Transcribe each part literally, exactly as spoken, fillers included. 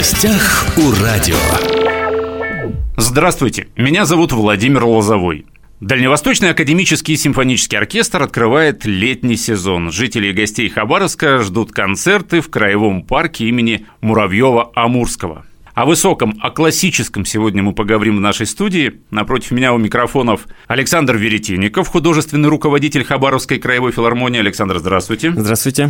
гостях у радио. Здравствуйте, меня зовут Владимир Лозовой. Дальневосточный академический симфонический оркестр открывает летний сезон. Жители и гостей Хабаровска ждут концерты в Краевом парке имени Муравьева-Амурского. О высоком, о классическом сегодня мы поговорим в нашей студии. Напротив меня у микрофонов Александр Веретенников, художественный руководитель Хабаровской краевой филармонии. Александр, здравствуйте. Здравствуйте.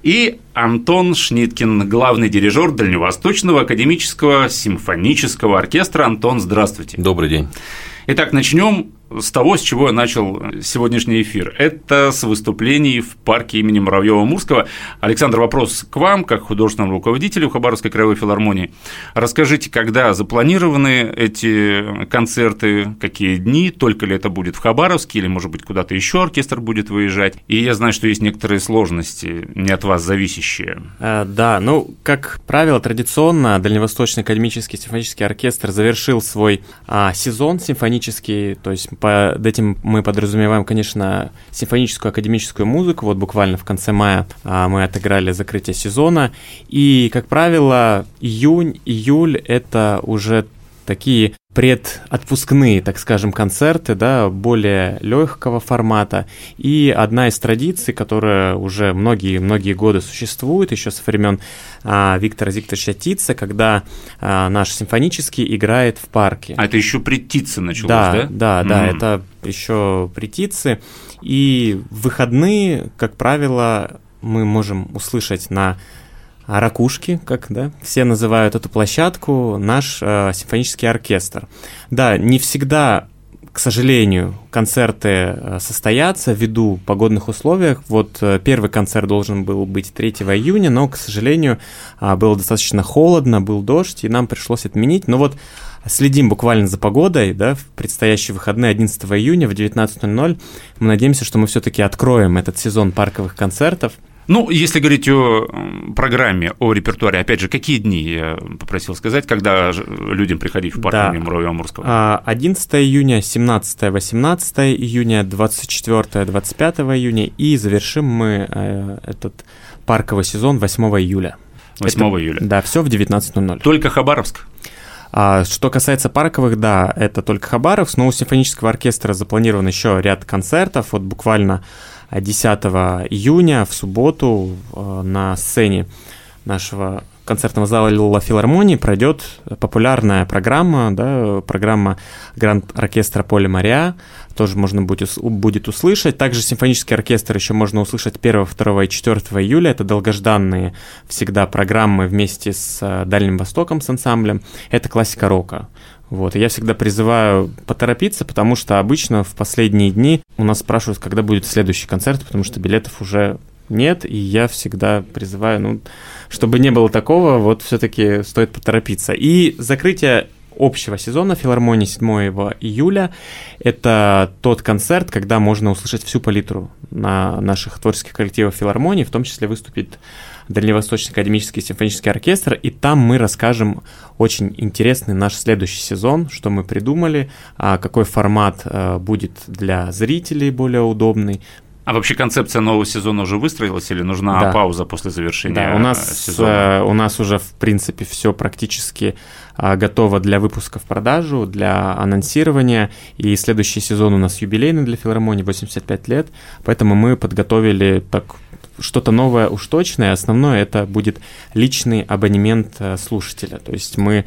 И Антон Шниткин, главный дирижер Дальневосточного академического симфонического оркестра. Антон, здравствуйте. Добрый день. Итак, начнем с того, с чего я начал сегодняшний эфир. Это с выступлений в парке имени Муравьева-Амурского. Александр, вопрос к вам, как художественному руководителю Хабаровской краевой филармонии. Расскажите, когда запланированы эти концерты, какие дни, только ли это будет в Хабаровске, или, может быть, куда-то еще оркестр будет выезжать? И я знаю, что есть некоторые сложности, не от вас зависящие. А, да, ну, как правило, традиционно Дальневосточный академический симфонический оркестр завершил свой а, сезон симфонический, то есть под этим мы подразумеваем, конечно, симфоническую академическую музыку. Вот буквально в конце мая а, мы отыграли закрытие сезона. И, как правило, июнь, июль – это уже такие предотпускные, так скажем, концерты, да, более легкого формата. И одна из традиций, которая уже многие-многие годы существует, еще со времен а, Виктора Зиктовича Титца, когда а, наш симфонический играет в парке. А это еще при Титце началось, да? Да, да, да, mm-hmm. это еще при Титце. И в выходные, как правило, мы можем услышать на ракушки, как да, все называют эту площадку, наш э, симфонический оркестр. Да, не всегда, к сожалению, концерты э, состоятся ввиду погодных условий. Вот э, первый концерт должен был быть третьего июня, но, к сожалению, э, было достаточно холодно, был дождь, и нам пришлось отменить. Но вот следим буквально за погодой, да, в предстоящие выходные одиннадцатого июня в девятнадцать ноль ноль. Мы надеемся, что мы все-таки откроем этот сезон парковых концертов. Ну, если говорить о программе, о репертуаре, опять же, какие дни, я попросил сказать, когда людям приходить в парк да. имени Муравьева-Амурского? одиннадцатого июня, семнадцатого, восемнадцатого июня, двадцать четвёртого, двадцать пятого июня, и завершим мы э, этот парковый сезон восьмого июля. восьмого Это, июля? Да, все в девятнадцать ноль ноль. Только Хабаровск? А, что касается парковых, да, это только Хабаровск, но у симфонического оркестра запланирован еще ряд концертов, вот буквально десятого июня в субботу на сцене нашего концертного зала Ла Филармонии пройдет популярная программа, да, программа Гранд-оркестра Поля Мориа, тоже можно будет, будет услышать. Также симфонический оркестр еще можно услышать первого, второго и четвёртого июля. Это долгожданные всегда программы вместе с Дальним Востоком, с ансамблем. Это классика рока. Вот, и я всегда призываю поторопиться, потому что обычно в последние дни у нас спрашивают, когда будет следующий концерт, потому что билетов уже нет, и я всегда призываю, ну, чтобы не было такого, вот все-таки стоит поторопиться. И закрытие общего сезона филармонии седьмого июля – это тот концерт, когда можно услышать всю палитру на наших творческих коллективах филармонии, в том числе выступит Дальневосточный академический симфонический оркестр, и там мы расскажем очень интересный наш следующий сезон, что мы придумали, какой формат будет для зрителей более удобный. А вообще концепция нового сезона уже выстроилась или нужна да. пауза после завершения да, у нас, сезона? У нас уже, в принципе, все практически готово для выпуска в продажу, для анонсирования, и следующий сезон у нас юбилейный для филармонии, восемьдесят пять лет, поэтому мы подготовили так что-то новое уж точное. Основное это будет личный абонемент слушателя, то есть мы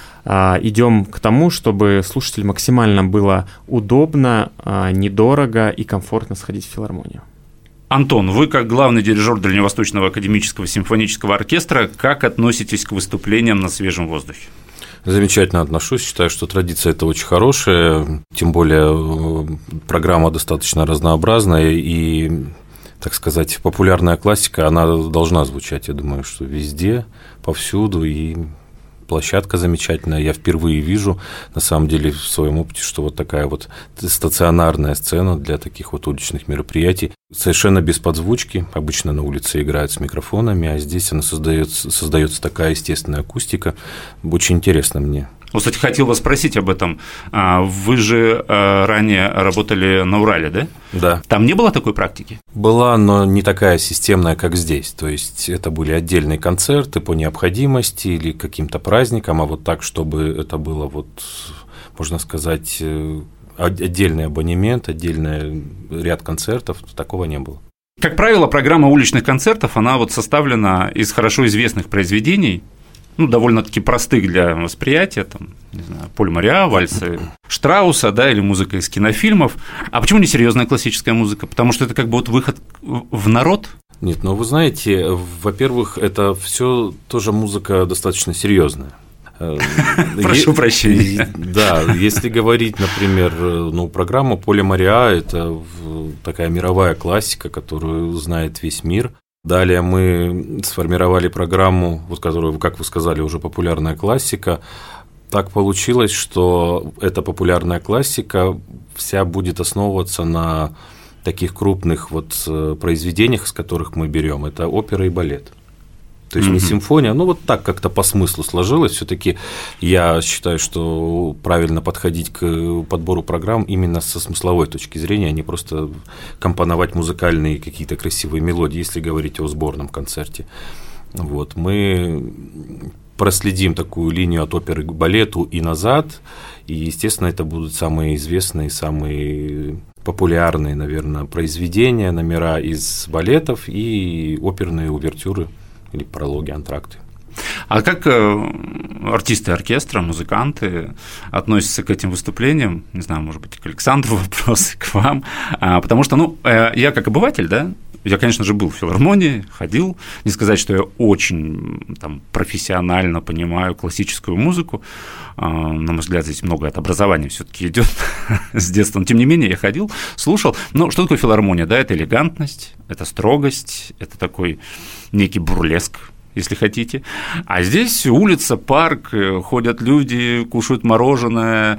идем к тому, чтобы слушателю максимально было удобно, недорого и комфортно сходить в филармонию. Антон, вы как главный дирижер Дальневосточного академического симфонического оркестра, как относитесь к выступлениям на свежем воздухе? Замечательно отношусь, считаю, что традиция это очень хорошая, тем более программа достаточно разнообразная и, так сказать, популярная классика, она должна звучать, я думаю, что везде, повсюду, и площадка замечательная, я впервые вижу, на самом деле, в своем опыте, что вот такая вот стационарная сцена для таких вот уличных мероприятий, совершенно без подзвучки, обычно на улице играют с микрофонами, а здесь она создается, создается такая естественная акустика, очень интересно мне. Вот, кстати, хотел вас спросить об этом. Вы же ранее работали на Урале, да? Да. Там не было такой практики? Была, но не такая системная, как здесь. То есть это были отдельные концерты по необходимости или каким-то праздникам, а вот так, чтобы это было, вот, можно сказать, отдельный абонемент, отдельный ряд концертов, такого не было. Как правило, программа уличных концертов, она вот составлена из хорошо известных произведений, ну, довольно-таки простых для восприятия, там, не знаю, Поль Мариа, вальсы Штрауса, да, или музыка из кинофильмов. А почему не серьезная классическая музыка? Потому что это как бы вот выход в народ? Нет, ну вы знаете, во-первых, это все тоже музыка достаточно серьезная. Прошу прощения. Да, если говорить, например, ну, программу Поля Мариа, это такая мировая классика, которую знает весь мир. Далее мы сформировали программу, вот которую, как вы сказали, уже популярная классика. Так получилось, что эта популярная классика вся будет основываться на таких крупных вот произведениях, с которых мы берем. Это опера и балет. То есть mm-hmm. не симфония, ну вот так как-то по смыслу сложилось. Все-таки я считаю, что правильно подходить к подбору программ именно со смысловой точки зрения, а не просто компоновать музыкальные какие-то красивые мелодии, если говорить о сборном концерте. Вот. Мы проследим такую линию от оперы к балету и назад, и, естественно, это будут самые известные, самые популярные, наверное, произведения, номера из балетов и оперные увертюры или прологи, антракты. А как артисты оркестра, музыканты относятся к этим выступлениям? Не знаю, может быть, к Александру вопрос, к вам. Потому что, ну, я как обыватель, да, я, конечно же, был в филармонии, ходил. Не сказать, что я очень там, профессионально понимаю классическую музыку. На мой взгляд, здесь много от образования все-таки идет с детства. Но, тем не менее, я ходил, слушал. Но что такое филармония? Да, это элегантность, это строгость, это такой некий бурлеск, если хотите. А здесь улица, парк, ходят люди, кушают мороженое,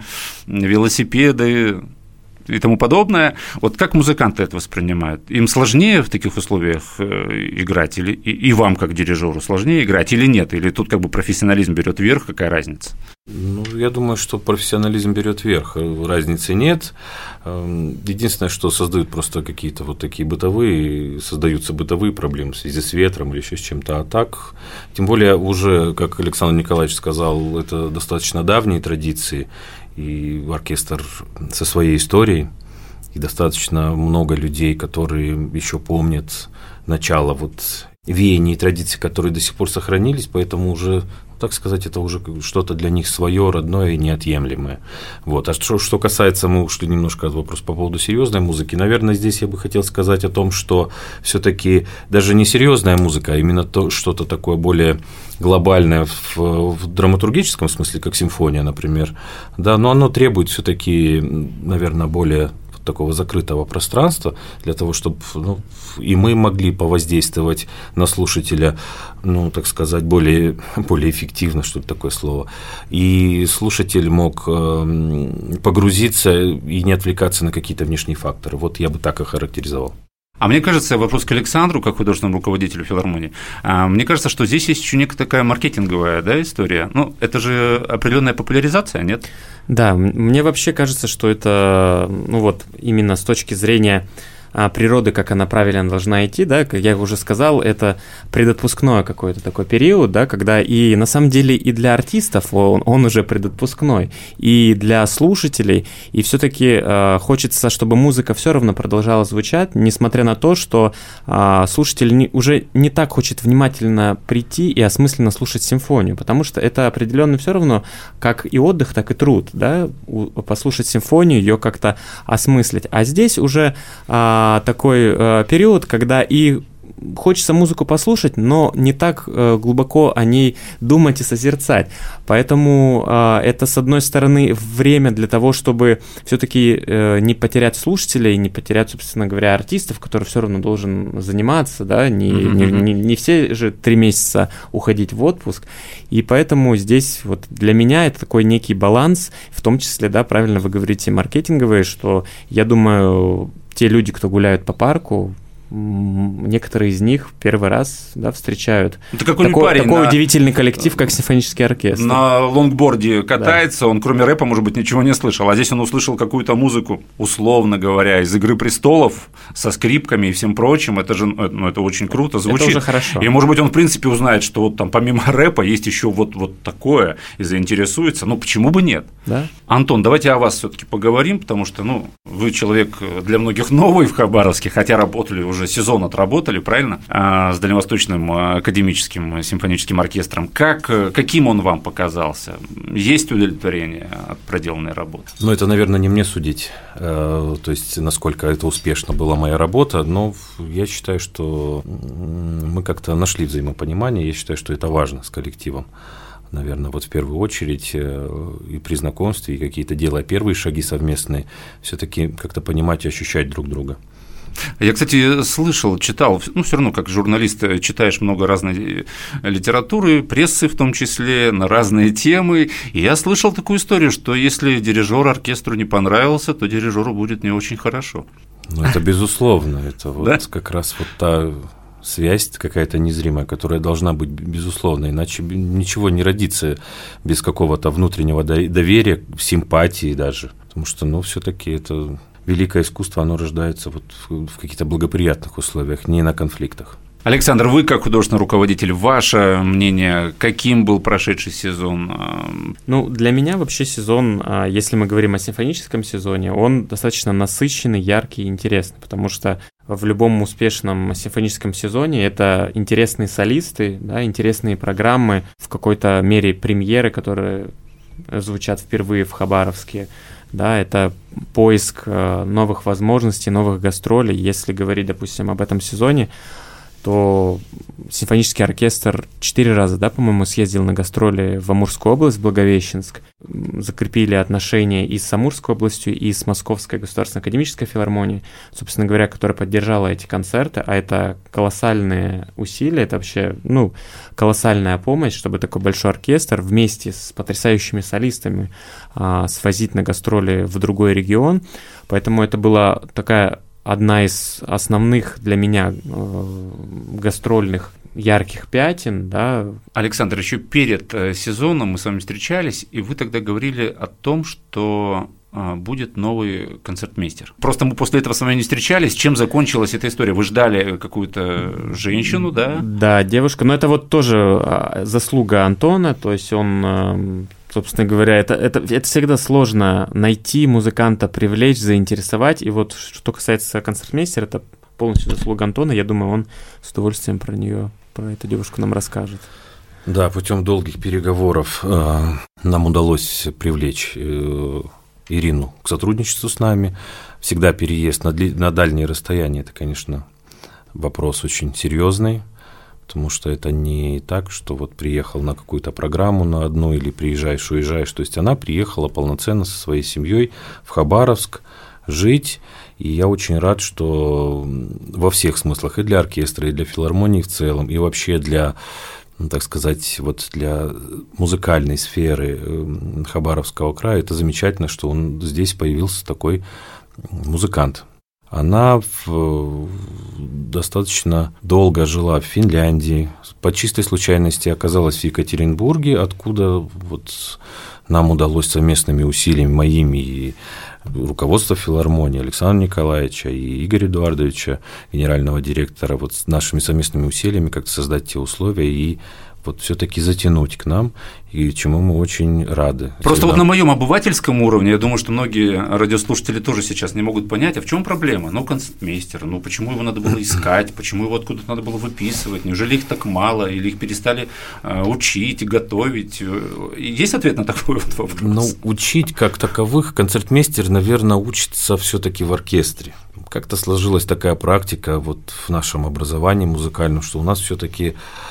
велосипеды и тому подобное. Вот как музыканты это воспринимают? Им сложнее в таких условиях играть? Или и вам, как дирижеру, сложнее играть или нет? Или тут как бы профессионализм берет верх, какая разница? Ну, я думаю, что профессионализм берет верх, разницы нет. Единственное, что создают просто какие-то вот такие бытовые, создаются бытовые проблемы в связи с ветром или еще с чем-то, а так, тем более уже, как Александр Николаевич сказал, это достаточно давние традиции, и оркестр со своей историей, и достаточно много людей, которые еще помнят начало вот веяний и традиций, которые до сих пор сохранились, поэтому уже, так сказать, это уже что-то для них свое, родное и неотъемлемое. Вот. А что, что касается, мы ушли немножко от вопроса по поводу серьезной музыки, наверное, здесь я бы хотел сказать о том, что все-таки даже не серьезная музыка, а именно то, что-то такое более глобальное в, в драматургическом смысле, как симфония, например, да, но оно требует все-таки, наверное, более такого закрытого пространства, для того, чтобы ну, и мы могли повоздействовать на слушателя, ну, так сказать, более, более эффективно, что-то такое слово, и слушатель мог погрузиться и не отвлекаться на какие-то внешние факторы. Вот я бы так и характеризовал. А мне кажется, вопрос к Александру, как художественному руководителю филармонии, мне кажется, что здесь есть еще некая такая маркетинговая, да, история. Ну, это же определенная популяризация, нет? Да, мне вообще кажется, что это, ну вот, именно с точки зрения природы, как она правильно должна идти, да, как я уже сказал, это предотпускной какой-то такой период, да, когда и на самом деле и для артистов он, он уже предотпускной, и для слушателей, и все-таки э, хочется, чтобы музыка все равно продолжала звучать, несмотря на то, что э, слушатель не, уже не так хочет внимательно прийти и осмысленно слушать симфонию, потому что это определенно все равно как и отдых, так и труд, да, послушать симфонию, ее как-то осмыслить, а здесь уже э, такой э, период, когда и хочется музыку послушать, но не так э, глубоко о ней думать и созерцать. Поэтому э, это, с одной стороны, время для того, чтобы все-таки э, не потерять слушателей, не потерять, собственно говоря, артистов, который все равно должен заниматься, да, не, mm-hmm. не, не, не все же три месяца уходить в отпуск. И поэтому здесь вот для меня это такой некий баланс, в том числе, да, правильно вы говорите, маркетинговые, что, я думаю, те люди, кто гуляют по парку, некоторые из них первый раз, да, встречают такой, такой, такой на... удивительный коллектив, как симфонический оркестр. На лонгборде катается, да. Он кроме рэпа, может быть, ничего не слышал, а здесь он услышал какую-то музыку, условно говоря, из «Игры престолов» со скрипками и всем прочим, это же, ну, это очень круто звучит. Это уже хорошо. И, может быть, он, в принципе, узнает, что вот там помимо рэпа есть еще вот, вот такое, и заинтересуется, ну, почему бы нет? Да. Антон, давайте о вас все-таки поговорим, потому что, ну, вы человек для многих новый в Хабаровске, хотя работали уже, сезон отработали, правильно, с Дальневосточным академическим симфоническим оркестром. Как, каким он вам показался? Есть удовлетворение от проделанной работы? Ну, это, наверное, не мне судить, то есть, насколько это успешно была моя работа, но я считаю, что мы как-то нашли взаимопонимание, я считаю, что это важно с коллективом. Наверное, вот в первую очередь и при знакомстве, и какие-то делая первые шаги совместные, все-таки как-то понимать и ощущать друг друга. Я, кстати, слышал, читал, ну, все равно, как журналист, читаешь много разной литературы, прессы в том числе, на разные темы, и я слышал такую историю, что если дирижер оркестру не понравился, то дирижеру будет не очень хорошо. Ну, это безусловно, это вот да? Как раз вот та связь какая-то незримая, которая должна быть безусловно, иначе ничего не родится без какого-то внутреннего доверия, симпатии даже, потому что, ну, все-таки это великое искусство, оно рождается вот в каких-то благоприятных условиях, не на конфликтах. Александр, вы как художественный руководитель, ваше мнение, каким был прошедший сезон? Ну, для меня вообще сезон, если мы говорим о симфоническом сезоне, он достаточно насыщенный, яркий и интересный, потому что в любом успешном симфоническом сезоне это интересные солисты, да, интересные программы, в какой-то мере премьеры, которые звучат впервые в Хабаровске. Да, это поиск новых возможностей, новых гастролей. Если говорить, допустим, об этом сезоне, то симфонический оркестр четыре раза, да, по-моему, съездил на гастроли в Амурскую область, в Благовещенск, закрепили отношения и с Амурской областью, и с Московской государственной академической филармонией, собственно говоря, которая поддержала эти концерты, а это колоссальные усилия, это вообще, ну, колоссальная помощь, чтобы такой большой оркестр вместе с потрясающими солистами а, свозить на гастроли в другой регион, поэтому это была такая одна из основных для меня э, гастрольных ярких пятен, да. Александр, еще перед сезоном мы с вами встречались, и вы тогда говорили о том, что э, будет новый концертмейстер. Просто мы после этого с вами не встречались. Чем закончилась эта история? Вы ждали какую-то женщину, да? Да, девушка. Но это вот тоже заслуга Антона, то есть он... Э, Собственно говоря, это, это, это всегда сложно найти музыканта, привлечь, заинтересовать. И вот что касается концертмейстера, это полностью заслуга Антона. Я думаю, он с удовольствием про нее, про эту девушку нам расскажет. Да, путем долгих переговоров э, нам удалось привлечь э, Ирину к сотрудничеству с нами. Всегда переезд на, дли, на дальние расстояния – это, конечно, вопрос очень серьезный. Потому что это не так, что вот приехал на какую-то программу на одну или приезжаешь, уезжаешь. То есть она приехала полноценно со своей семьей в Хабаровск жить. И я очень рад, что во всех смыслах, и для оркестра, и для филармонии в целом, и вообще для, ну, так сказать, вот для музыкальной сферы Хабаровского края, это замечательно, что он здесь появился такой музыкант. Она в, достаточно долго жила в Финляндии, по чистой случайности оказалась в Екатеринбурге, откуда вот нам удалось совместными усилиями моими и руководства филармонии Александра Николаевича и Игоря Эдуардовича, генерального директора, вот с нашими совместными усилиями как-то создать те условия и вот все-таки затянуть к нам, и чему мы очень рады. Просто Всегда. Вот на моем обывательском уровне, я думаю, что многие радиослушатели тоже сейчас не могут понять, а в чем проблема? Ну, концертмейстер, ну, почему его надо было искать, почему его откуда-то надо было выписывать, неужели их так мало, или их перестали э, учить, готовить? Есть ответ на такой вот вопрос? Ну, учить как таковых концертмейстер, наверное, учится все-таки в оркестре. Как-то сложилась такая практика вот в нашем образовании музыкальном, что у нас все-таки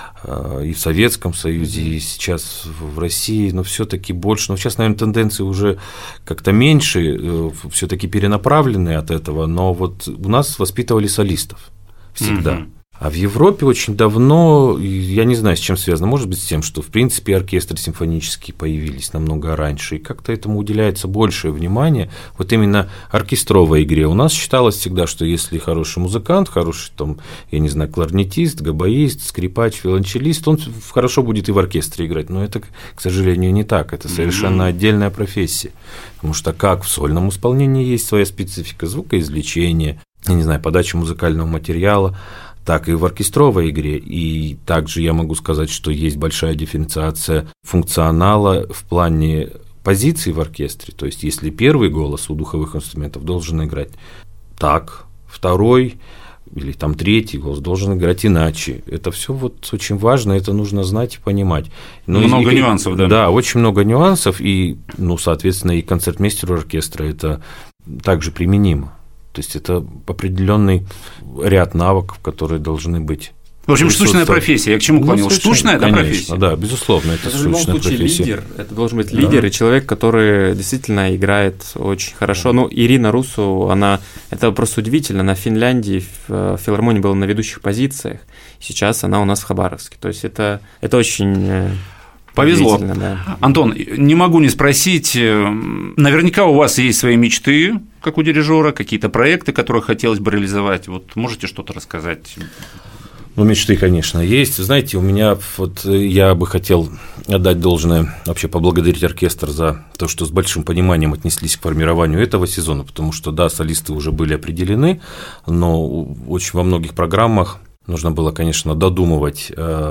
и в Советском Союзе, и сейчас в России, но все-таки больше. Но сейчас, наверное, тенденции уже как-то меньше, все-таки перенаправлены от этого, но вот у нас воспитывали солистов всегда. Mm-hmm. А в Европе очень давно, я не знаю, с чем связано, может быть, с тем, что, в принципе, оркестры симфонические появились намного раньше, и как-то этому уделяется большее внимание, вот именно оркестровой игре. У нас считалось всегда, что если хороший музыкант, хороший, там, я не знаю, кларнетист, габаист, скрипач, виолончелист, он хорошо будет и в оркестре играть, но это, к сожалению, не так, это совершенно mm-hmm. отдельная профессия, потому что как в сольном исполнении есть своя специфика звукоизвлечения, я не знаю, подача музыкального материала, так и в оркестровой игре. И также я могу сказать, что есть большая дифференциация функционала в плане позиций в оркестре. То есть, если первый голос у духовых инструментов должен играть так, второй или там третий голос должен играть иначе. Это все вот очень важно, это нужно знать и понимать. Но много и, нюансов, да? Да, очень много нюансов, и, ну, соответственно, и концертмейстеру оркестра это также применимо. То есть это определенный ряд навыков, которые должны быть. В общем, штучная профессия. Я к чему клонил? Ну, штучная, конечно, да, профессия? Да, безусловно, это, это штучная случае профессия. Лидер. Это должен быть лидер да. и человек, который действительно играет очень хорошо. Ну, Ирина Русу, она, это просто удивительно. Она в Финляндии в филармонии была на ведущих позициях. Сейчас она у нас в Хабаровске. То есть это, это очень... Повезло. Да. Антон, не могу не спросить, наверняка у вас есть свои мечты, как у дирижера, какие-то проекты, которые хотелось бы реализовать. Вот можете что-то рассказать? Ну, мечты, конечно, есть. Знаете, у меня вот я бы хотел отдать должное, вообще поблагодарить оркестр за то, что с большим пониманием отнеслись к формированию этого сезона, потому что, да, солисты уже были определены, но очень во многих программах нужно было, конечно, додумывать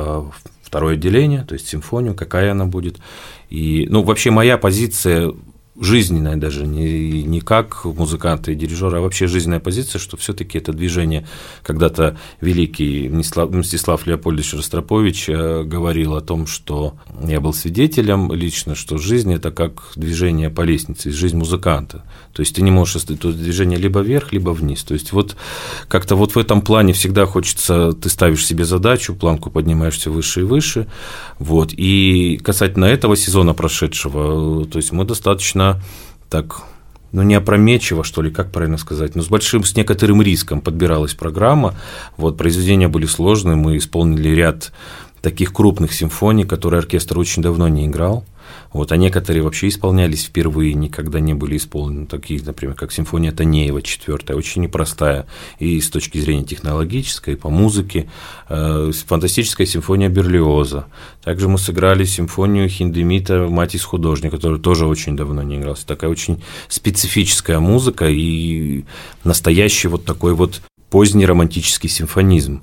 второе отделение, то есть симфонию, какая она будет. И, ну, вообще моя позиция жизненная даже, не, не как музыканта и дирижера, а вообще жизненная позиция, что все-таки это движение, когда-то великий Мстислав, Мстислав Леопольдович Ростропович говорил о том, что я был свидетелем лично, что жизнь – это как движение по лестнице, жизнь музыканта. То есть ты не можешь остановить то движение либо вверх, либо вниз. То есть вот как-то вот в этом плане всегда хочется, ты ставишь себе задачу, планку поднимаешь все выше и выше. Вот. И касательно этого сезона прошедшего, то есть мы достаточно так, ну, не опрометчиво, что ли, как правильно сказать, но с большим, с некоторым риском подбиралась программа. Вот, произведения были сложные, мы исполнили ряд таких крупных симфоний, которые оркестр очень давно не играл. Вот, а некоторые вообще исполнялись впервые, никогда не были исполнены, такие, например, как симфония Танеева, четвертая, очень непростая и с точки зрения технологической, и по музыке, э, фантастическая симфония Берлиоза. Также мы сыграли симфонию Хиндемита «Мать из художника», которая тоже очень давно не игралась. Такая очень специфическая музыка и настоящий вот такой вот поздний романтический симфонизм.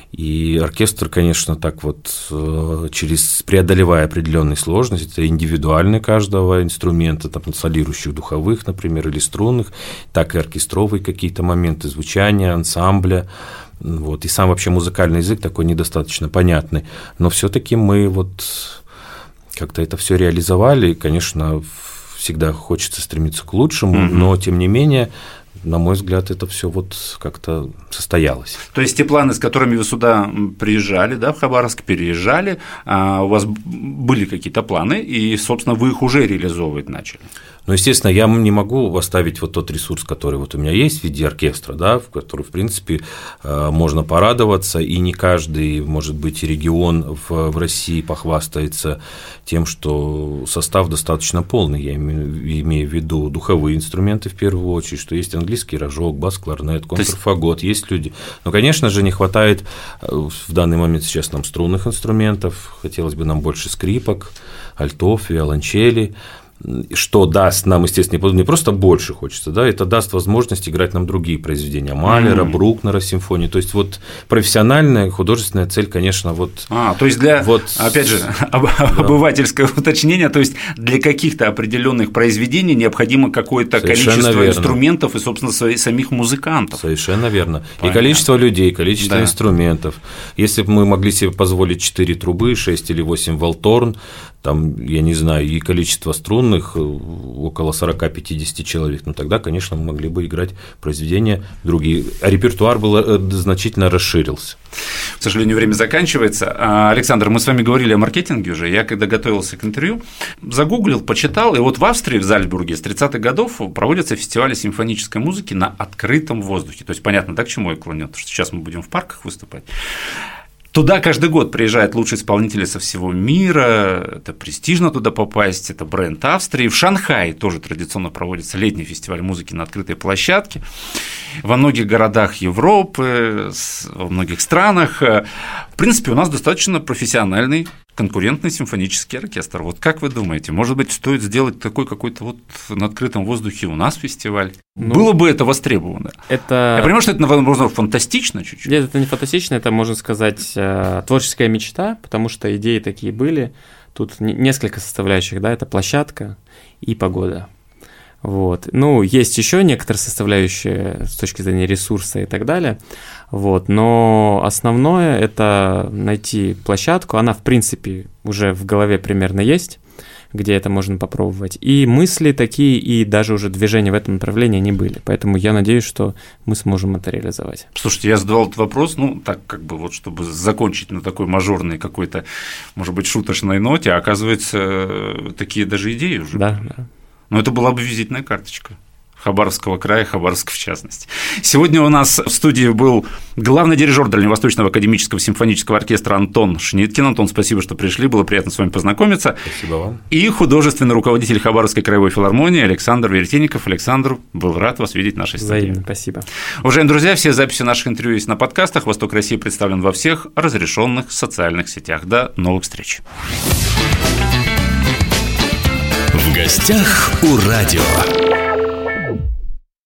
И оркестр, конечно, так вот, через преодолевая определенные сложности, это индивидуальные каждого инструмента, там, солирующих духовых, например, или струнных, так и оркестровые какие-то моменты звучания, ансамбля. Вот. И сам вообще музыкальный язык такой недостаточно понятный. Но все-таки мы вот как-то это все реализовали. И, конечно, всегда хочется стремиться к лучшему, mm-hmm. но тем не менее. На мой взгляд, это все вот как-то состоялось. То есть те планы, с которыми вы сюда приезжали, да, в Хабаровск, переезжали, а у вас были какие-то планы, и, собственно, вы их уже реализовывать начали? Ну, естественно, я не могу оставить вот тот ресурс, который вот у меня есть в виде оркестра, да, в который, в принципе, можно порадоваться, и не каждый, может быть, регион в, в России похвастается тем, что состав достаточно полный, я имею, имею в виду духовые инструменты в первую очередь, что есть английский рожок, бас-кларнет, контрфагот, есть... есть люди. Но, конечно же, не хватает в данный момент сейчас нам струнных инструментов, хотелось бы нам больше скрипок, альтов, виолончели, что даст нам, естественно, не просто больше хочется, да, это даст возможность играть нам другие произведения Малера, mm. Брукнера, симфонии. То есть вот профессиональная художественная цель, конечно, вот. А, то есть для, вот, опять же, об, да. обывательское уточнение, то есть для каких-то определенных произведений необходимо какое-то Совершенно количество верно. инструментов и, собственно, самих музыкантов. Совершенно верно. Понятно. И количество людей, количество да. инструментов. Если бы мы могли себе позволить четыре трубы, шесть или восемь волторн, там, я не знаю, и количество струн приглашенных около сорок-пятьдесят человек, ну тогда, конечно, мы могли бы играть произведения другие. А репертуар был, значительно расширился. К сожалению, время заканчивается. Александр, мы с вами говорили о маркетинге уже. Я, когда готовился к интервью, загуглил, почитал, и вот в Австрии, в Зальцбурге с тридцатых годов проводятся фестивали симфонической музыки на открытом воздухе. То есть, понятно, да, к чему я клоню? Потому что сейчас мы будем в парках выступать. Туда каждый год приезжают лучшие исполнители со всего мира, это престижно туда попасть, это бренд Австрии. В Шанхае тоже традиционно проводится летний фестиваль музыки на открытой площадке. Во многих городах Европы, во многих странах. В принципе, у нас достаточно профессиональный, конкурентный симфонический оркестр. Вот как вы думаете, может быть, стоит сделать такой какой-то вот на открытом воздухе у нас фестиваль? Ну, было бы это востребовано? Это... Я понимаю, что это, возможно, фантастично чуть-чуть. Нет, это не фантастично, это, можно сказать, творческая мечта, потому что идеи такие были. Тут несколько составляющих, да, это площадка и погода. Вот. Ну, есть еще некоторые составляющие с точки зрения ресурса и так далее, вот. Но основное – это найти площадку, она, в принципе, уже в голове примерно есть, где это можно попробовать, и мысли такие, и даже уже движения в этом направлении не были, поэтому я надеюсь, что мы сможем это реализовать. Слушайте, я задавал этот вопрос, ну, так как бы вот, чтобы закончить на такой мажорной какой-то, может быть, шуточной ноте, а оказывается, такие даже идеи уже. Да, да. Но это была бы визитная карточка Хабаровского края, Хабаровска в частности. Сегодня у нас в студии был главный дирижер Дальневосточного академического симфонического оркестра Антон Шниткин. Антон, спасибо, что пришли, было приятно с вами познакомиться. Спасибо вам. И художественный руководитель Хабаровской краевой филармонии Александр Вертинников. Александр, был рад вас видеть в нашей студии. Взаимно, спасибо. Уважаемые друзья, все записи наших интервью есть на подкастах. «Восток России» представлен во всех разрешенных социальных сетях. До новых встреч. В гостях у радио.